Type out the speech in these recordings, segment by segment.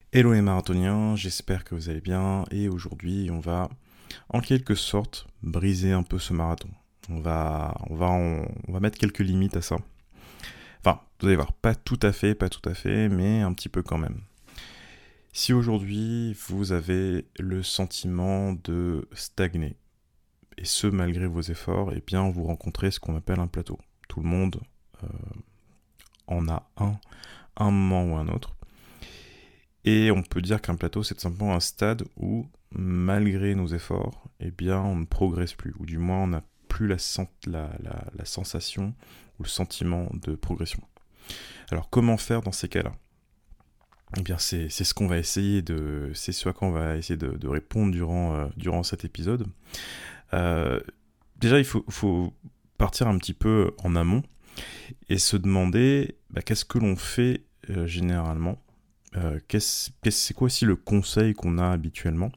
Hello les marathoniens, j'espère que vous allez bien et aujourd'hui on va en quelque sorte briser un peu ce marathon. On va mettre quelques limites à ça. Enfin, vous allez voir, pas tout à fait, mais un petit peu quand même. Si aujourd'hui vous avez le sentiment de stagner, et ce malgré vos efforts, eh bien vous rencontrez ce qu'on appelle un plateau. Tout le monde euh, en a un moment ou un autre. Et on peut dire qu'un plateau, c'est tout simplement un stade où, malgré nos efforts, eh bien, on ne progresse plus, ou du moins, on n'a plus la sensation ou le sentiment de progression. Alors, comment faire dans ces cas-là? Eh bien, c'est ce qu'on va essayer de, c'est ce à quoi on va essayer de répondre durant cet épisode. Euh, Déjà, il faut partir un petit peu en amont et se demander qu'est-ce que l'on fait généralement. C'est quoi aussi le conseil qu'on a habituellement,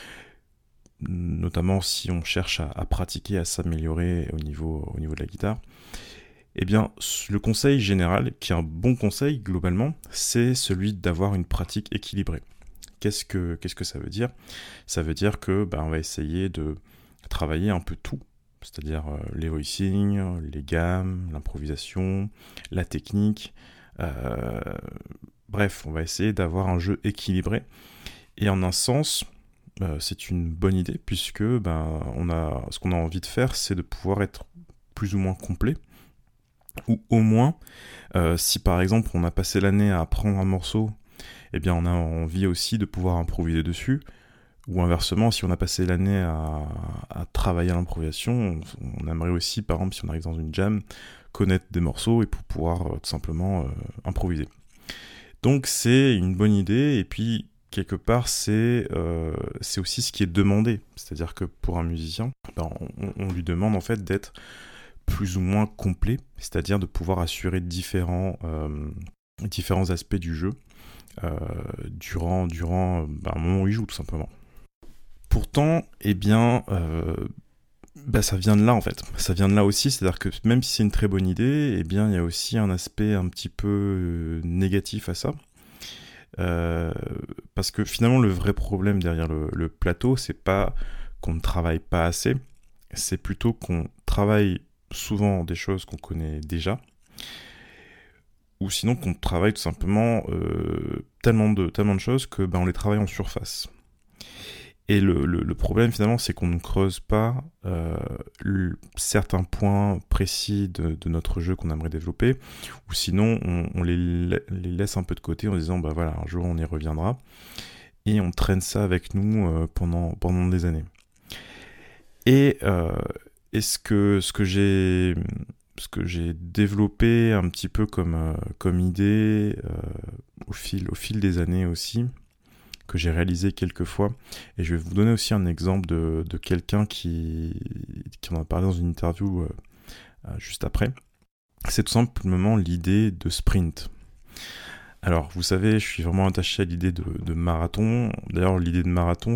notamment si on cherche à pratiquer, à s'améliorer au niveau de la guitare. Eh bien, le conseil général, qui est un bon conseil globalement, c'est celui d'avoir une pratique équilibrée. Qu'est-ce que ça veut dire? Ça veut dire que on va essayer de travailler un peu tout, c'est-à-dire les voicings, les gammes, l'improvisation, la technique. euh, Bref, on va essayer d'avoir un jeu équilibré. Et en un sens, c'est une bonne idée puisque ce qu'on a envie de faire, c'est de pouvoir être plus ou moins complet. Ou au moins, si par exemple on a passé l'année à apprendre un morceau, eh bien on a envie aussi de pouvoir improviser dessus. Ou inversement, si on a passé l'année à travailler à l'improvisation, on aimerait aussi, par exemple, si on arrive dans une jam, connaître des morceaux et pour pouvoir tout simplement improviser. Donc c'est une bonne idée et puis quelque part c'est aussi ce qui est demandé. C'est-à-dire que pour un musicien, on lui demande en fait d'être plus ou moins complet, c'est-à-dire de pouvoir assurer différents aspects du jeu durant un moment où il joue tout simplement. Pourtant, ça vient de là en fait. Ça vient de là aussi, c'est-à-dire que même si c'est une très bonne idée, eh bien il y a aussi un aspect un petit peu négatif à ça. Euh, Parce que finalement, le vrai problème derrière le plateau, c'est pas qu'on ne travaille pas assez, c'est plutôt qu'on travaille souvent des choses qu'on connaît déjà, ou sinon qu'on travaille tout simplement tellement de choses que on les travaille en surface. Et le problème finalement, c'est qu'on ne creuse pas certains points précis de notre jeu qu'on aimerait développer, ou sinon on les laisse un peu de côté en disant voilà, un jour on y reviendra, et on traîne ça avec nous pendant des années. Et, ce que j'ai développé un petit peu comme idée au fil des années aussi, que j'ai réalisé quelques fois, et je vais vous donner aussi un exemple de quelqu'un qui en a parlé dans une interview juste après, c'est tout simplement l'idée de sprint. Alors, vous savez, je suis vraiment attaché à l'idée de marathon. D'ailleurs, l'idée de marathon,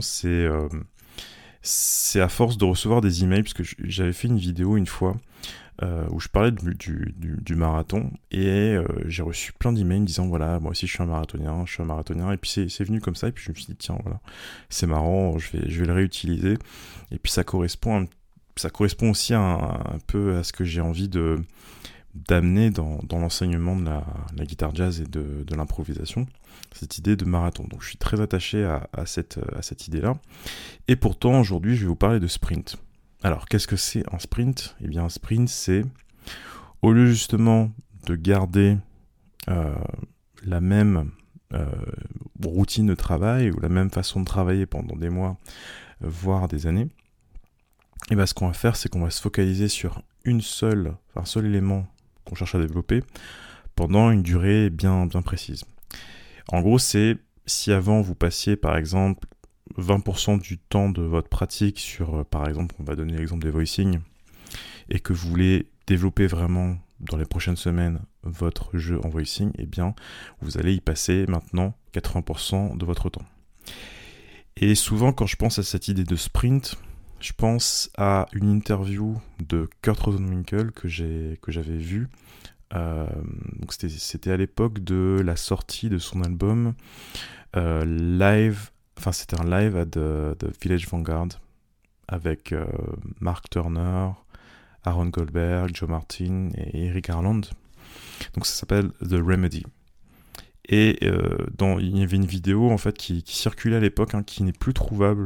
c'est à force de recevoir des emails, parce que j'avais fait une vidéo une fois où je parlais du marathon, et j'ai reçu plein d'emails me disant voilà, moi aussi je suis un marathonien, et puis c'est venu comme ça, et puis je me suis dit tiens, voilà, c'est marrant, je vais le réutiliser, et puis ça correspond aussi un peu à ce que j'ai envie d'amener dans l'enseignement de la guitare jazz et de l'improvisation, cette idée de marathon. Donc je suis très attaché à cette idée-là. Et pourtant, aujourd'hui, je vais vous parler de sprint. Alors, qu'est-ce que c'est un sprint? Eh bien, un sprint, c'est, au lieu justement de garder euh, la même routine de travail ou la même façon de travailler pendant des mois, voire des années, et ce qu'on va faire, c'est qu'on va se focaliser sur un seul élément qu'on cherche à développer pendant une durée bien, bien précise. En gros, c'est si avant vous passiez par exemple 20% du temps de votre pratique sur, par exemple, on va donner l'exemple des voicings, et que vous voulez développer vraiment dans les prochaines semaines votre jeu en voicing, eh bien, vous allez y passer maintenant 80% de votre temps. Et souvent, quand je pense à cette idée de sprint, je pense à une interview de Kurt Rosenwinkel que j'avais vue. Donc c'était à l'époque de la sortie de son album C'était un live à The Village Vanguard avec Mark Turner, Aaron Goldberg, Joe Martin et Eric Harland. Donc ça s'appelle The Remedy. Et il y avait une vidéo en fait qui circulait à l'époque, qui n'est plus trouvable,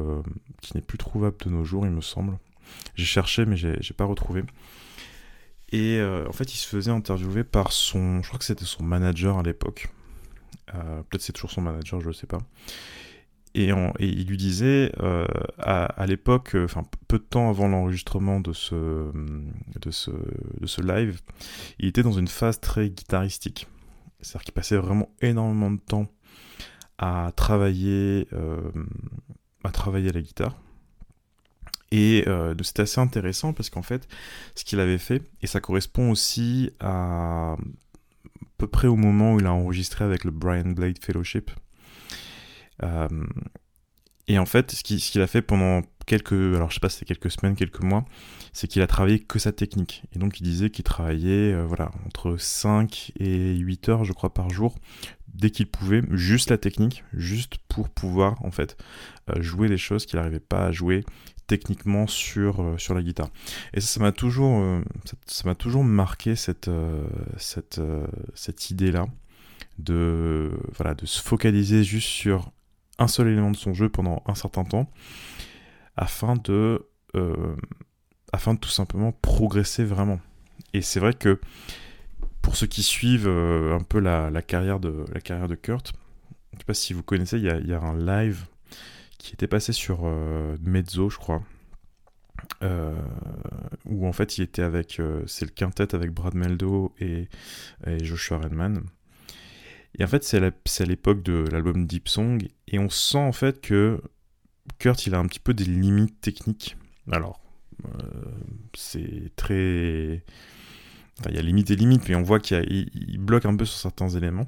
de nos jours, il me semble. J'ai cherché mais j'ai pas retrouvé. Et en fait, il se faisait interviewer par je crois que c'était son manager à l'époque. Peut-être c'est toujours son manager, je ne sais pas. Et il lui disait, à l'époque, peu de temps avant l'enregistrement de ce live, il était dans une phase très guitaristique. C'est-à-dire qu'il passait vraiment énormément de temps à travailler la guitare. Et c'était assez intéressant parce qu'en fait, ce qu'il avait fait, et ça correspond aussi à peu près au moment où il a enregistré avec le Brian Blade Fellowship. Et en fait, ce qu'il a fait pendant alors je sais pas si c'était quelques semaines, quelques mois, c'est qu'il a travaillé que sa technique. Et donc il disait qu'il travaillait entre 5 et 8 heures, je crois, par jour, dès qu'il pouvait, juste la technique, juste pour pouvoir en fait jouer les choses qu'il n'arrivait pas à jouer techniquement sur la guitare. Et ça m'a toujours marqué cette idée-là de se focaliser juste sur un seul élément de son jeu pendant un certain temps afin de tout simplement progresser vraiment. Et c'est vrai que pour ceux qui suivent un peu la carrière de Kurt, je ne sais pas si vous connaissez, il y a un live qui était passé sur Mezzo, je crois, où en fait il était avec c'est le quintet avec Brad Meldo et Joshua Redman. Et en fait c'est à l'époque de l'album Deep Song, et on sent en fait que Kurt il a un petit peu des limites techniques. Alors c'est très... il y a limite et limite, mais on voit qu'il bloque un peu sur certains éléments.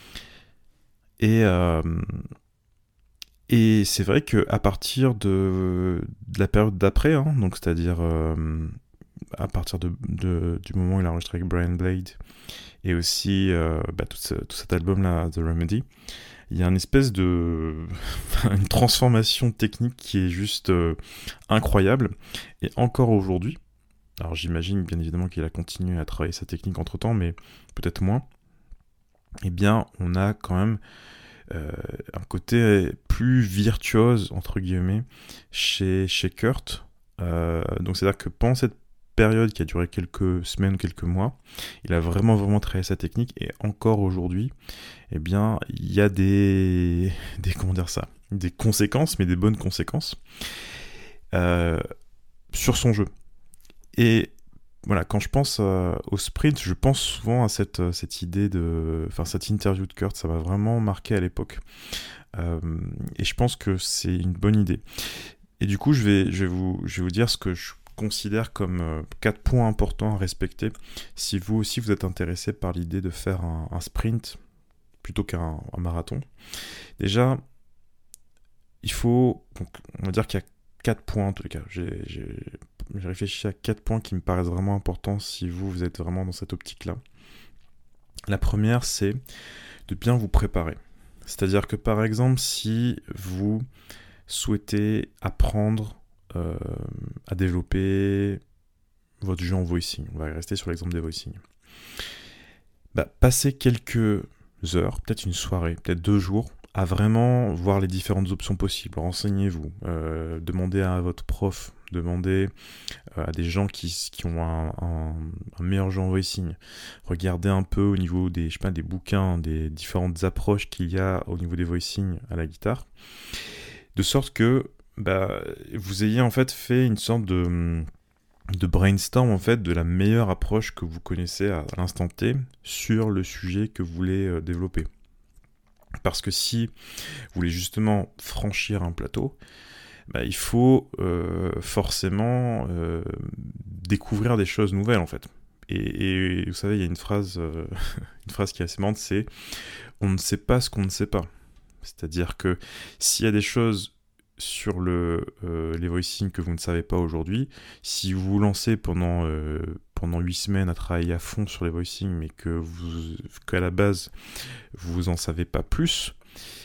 Et c'est vrai qu'à partir de la période d'après, donc c'est-à-dire à partir du moment où il a enregistré avec Brian Blade, et aussi tout cet album-là, The Remedy, il y a une espèce de... une transformation technique qui est juste incroyable. Et encore aujourd'hui, alors j'imagine bien évidemment qu'il a continué à travailler sa technique entre-temps, mais peut-être moins, eh bien on a quand même un côté plus virtuose, entre guillemets, chez Kurt. Donc c'est-à-dire que pendant cette période qui a duré quelques semaines, quelques mois, il a vraiment travaillé sa technique, et encore aujourd'hui, eh bien, il y a des conséquences, mais des bonnes conséquences sur son jeu. Et voilà, quand je pense au sprint, je pense souvent à cette idée cette interview de Kurt, ça m'a vraiment marqué à l'époque. Et je pense que c'est une bonne idée. Et du coup, je vais vous dire ce que je considère comme 4 points importants à respecter si vous aussi vous êtes intéressé par l'idée de faire un sprint plutôt qu'un marathon. Déjà, on va dire qu'il y a 4 points en tous les cas. J'ai réfléchi à 4 points qui me paraissent vraiment importants si vous êtes vraiment dans cette optique-là. La première, c'est de bien vous préparer. C'est-à-dire que par exemple, si vous souhaitez apprendre à développer votre jeu en voicing, on va rester sur l'exemple des voicing, passez quelques heures, peut-être une soirée, peut-être 2 jours, à vraiment voir les différentes options possibles. Renseignez-vous, demandez à votre prof, demandez à des gens qui ont un meilleur jeu en voicing. Regardez un peu au niveau des bouquins, des différentes approches qu'il y a au niveau des voicing à la guitare, de sorte que vous ayez en fait fait une sorte de brainstorm en fait de la meilleure approche que vous connaissez à l'instant T sur le sujet que vous voulez développer. Parce que si vous voulez justement franchir un plateau, il faut forcément découvrir des choses nouvelles en fait. Et vous savez, il y a une phrase qui est assez marrante, c'est « on ne sait pas ce qu'on ne sait pas ». C'est-à-dire que s'il y a des choses sur les voicing que vous ne savez pas aujourd'hui, si vous vous lancez pendant 8 semaines à travailler à fond sur les voicing, mais qu'à la base vous en savez pas plus,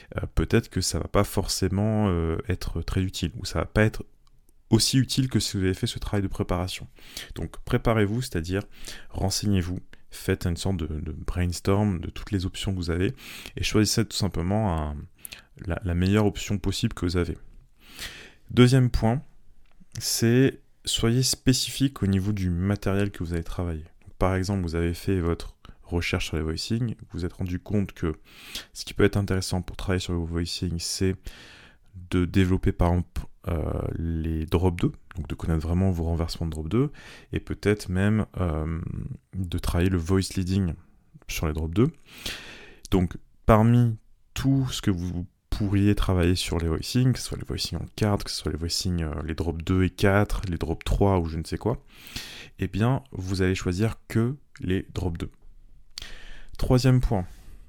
peut-être que ça va pas forcément être très utile, ou ça va pas être aussi utile que si vous avez fait ce travail de préparation. Donc préparez-vous, c'est-à-dire renseignez-vous, faites une sorte de brainstorm de toutes les options que vous avez, et choisissez tout simplement la meilleure option possible que vous avez. Deuxième point, c'est soyez spécifique au niveau du matériel que vous allez travailler. Donc, par exemple, vous avez fait votre recherche sur les voicings, vous vous êtes rendu compte que ce qui peut être intéressant pour travailler sur vos voicings, c'est de développer par exemple les drop 2, donc de connaître vraiment vos renversements de drop 2, et peut-être même de travailler le voice leading sur les drop 2. Donc parmi tout ce que vous pourriez travailler sur les voicings, que ce soit les voicings en carte, que ce soit les voicings, les drop 2 et 4, les drop 3 ou je ne sais quoi, eh bien vous allez choisir que les drop 2. Troisième point,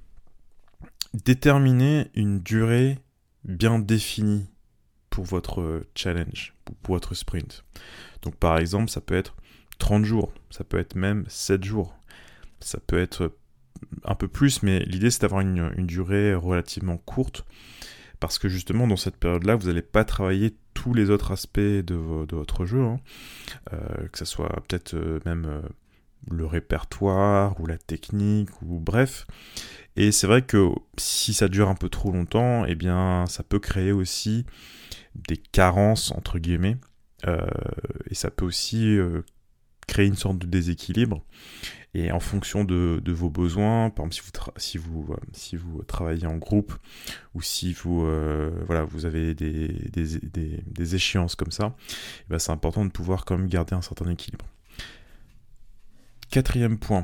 déterminez une durée bien définie pour votre challenge, pour votre sprint. Donc par exemple, ça peut être 30 jours, ça peut être même 7 jours, ça peut être un peu plus, mais l'idée c'est d'avoir une durée relativement courte, parce que justement dans cette période-là, vous n'allez pas travailler tous les autres aspects de votre jeu, que ce soit peut-être même le répertoire, ou la technique, ou bref. Et c'est vrai que si ça dure un peu trop longtemps, eh bien ça peut créer aussi des carences, entre guillemets, et ça peut aussi créer une sorte de déséquilibre. Et en fonction de vos besoins, par exemple si vous travaillez en groupe, ou si vous avez des échéances comme ça, eh bien c'est important de pouvoir quand même garder un certain équilibre. Quatrième point,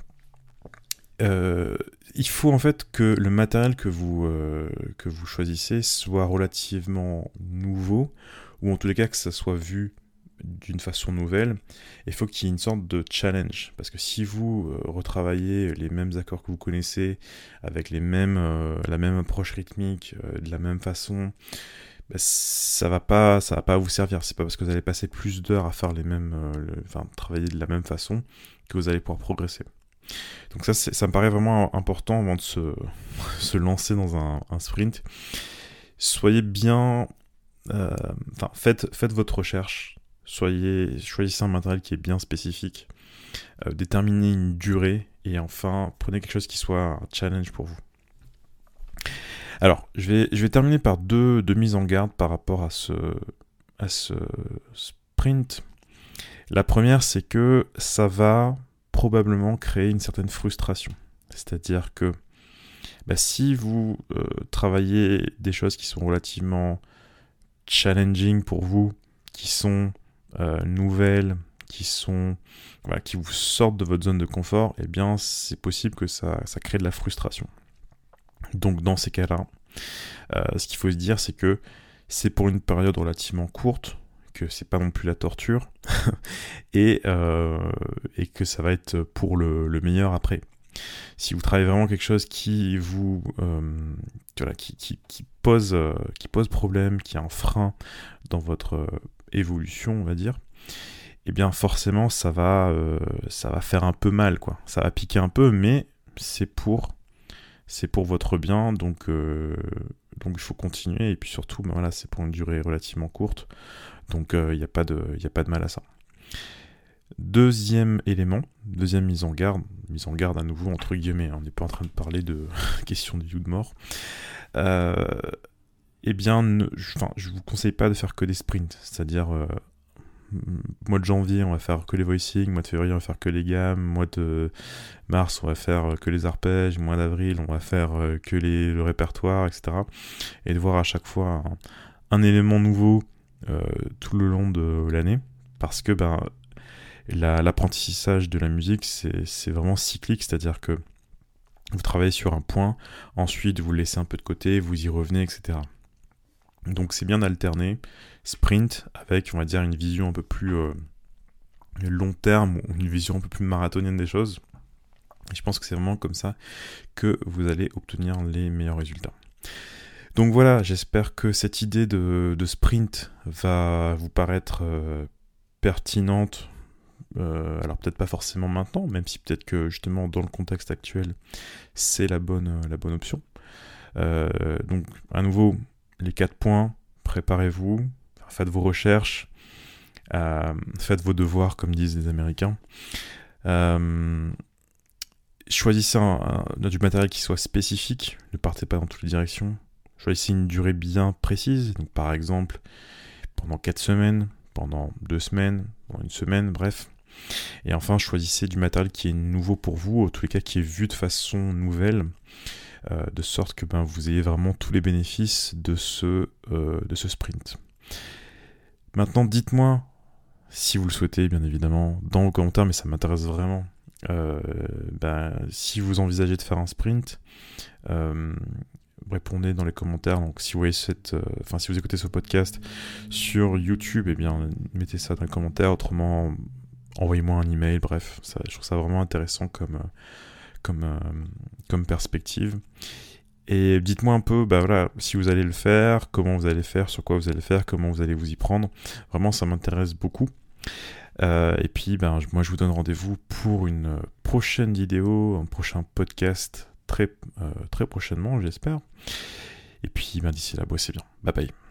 il faut en fait que le matériel que vous choisissez soit relativement nouveau, ou en tous les cas que ça soit vu d'une façon nouvelle. Il faut qu'il y ait une sorte de challenge, parce que si vous retravaillez les mêmes accords que vous connaissez, avec la même approche rythmique, de la même façon, ça va pas vous servir. C'est pas parce que vous allez passer plus d'heures à faire travailler de la même façon que vous allez pouvoir progresser. Donc ça me paraît vraiment important avant de se lancer dans un sprint. Soyez bien... faites votre recherche. Choisissez un matériel qui est bien spécifique. Déterminez une durée. Et enfin, prenez quelque chose qui soit un challenge pour vous. Alors, je vais terminer par deux mises en garde par rapport à ce sprint. La première, c'est que ça va probablement créer une certaine frustration. C'est-à-dire que si vous travaillez des choses qui sont relativement challenging pour vous, qui sont nouvelles, qui vous sortent de votre zone de confort, eh bien c'est possible que ça crée de la frustration. Donc dans ces cas-là, ce qu'il faut se dire, c'est que c'est pour une période relativement courte, que c'est pas non plus la torture, et que ça va être pour le meilleur après. Si vous travaillez vraiment quelque chose qui vous qui pose problème, qui est un frein dans votre évolution, on va dire, eh bien forcément ça va faire un peu mal, quoi. Ça va piquer un peu, mais c'est pour votre bien, donc il faut continuer, et puis surtout c'est pour une durée relativement courte, donc il n'y a pas de mal à ça. Deuxième élément, deuxième mise en garde à nouveau entre guillemets, on n'est pas en train de parler de question de vie ou de mort, je vous conseille pas de faire que des sprints, c'est-à-dire mois de janvier on va faire que les voicings, mois de février on va faire que les gammes, mois de mars on va faire que les arpèges, mois d'avril on va faire que le répertoire, etc. Et de voir à chaque fois un élément nouveau tout le long de l'année, parce que l'apprentissage de la musique c'est vraiment cyclique, c'est-à-dire que vous travaillez sur un point, ensuite vous le laissez un peu de côté, vous y revenez, etc. Donc c'est bien d'alterner sprint avec, on va dire, une vision un peu plus long terme, ou une vision un peu plus marathonienne des choses. Et je pense que c'est vraiment comme ça que vous allez obtenir les meilleurs résultats. Donc voilà, j'espère que cette idée de sprint va vous paraître pertinente. Alors peut-être pas forcément maintenant, même si peut-être que justement dans le contexte actuel c'est la bonne option. Donc à nouveau, les 4 points, préparez-vous, faites vos recherches, faites vos devoirs comme disent les Américains. Choisissez du matériel qui soit spécifique, ne partez pas dans toutes les directions. Choisissez une durée bien précise, donc par exemple pendant 4 semaines, pendant 2 semaines, pendant 1 semaine, bref. Et enfin, choisissez du matériel qui est nouveau pour vous, en tous les cas qui est vu de façon nouvelle, de sorte que vous ayez vraiment tous les bénéfices de ce sprint. Maintenant, dites-moi, si vous le souhaitez, bien évidemment, dans vos commentaires, mais ça m'intéresse vraiment. Si vous envisagez de faire un sprint, répondez dans les commentaires. Donc si vous voyez si vous écoutez ce podcast sur YouTube, eh bien mettez ça dans les commentaires. Autrement, envoyez-moi un email. Bref, je trouve ça vraiment intéressant comme perspective. Et dites-moi un peu, si vous allez le faire, comment vous allez le faire, sur quoi vous allez le faire, comment vous allez vous y prendre. Vraiment, ça m'intéresse beaucoup. Et puis, moi, je vous donne rendez-vous pour une prochaine vidéo, un prochain podcast très prochainement, j'espère. Et puis, d'ici là, bossez bien. Bye bye.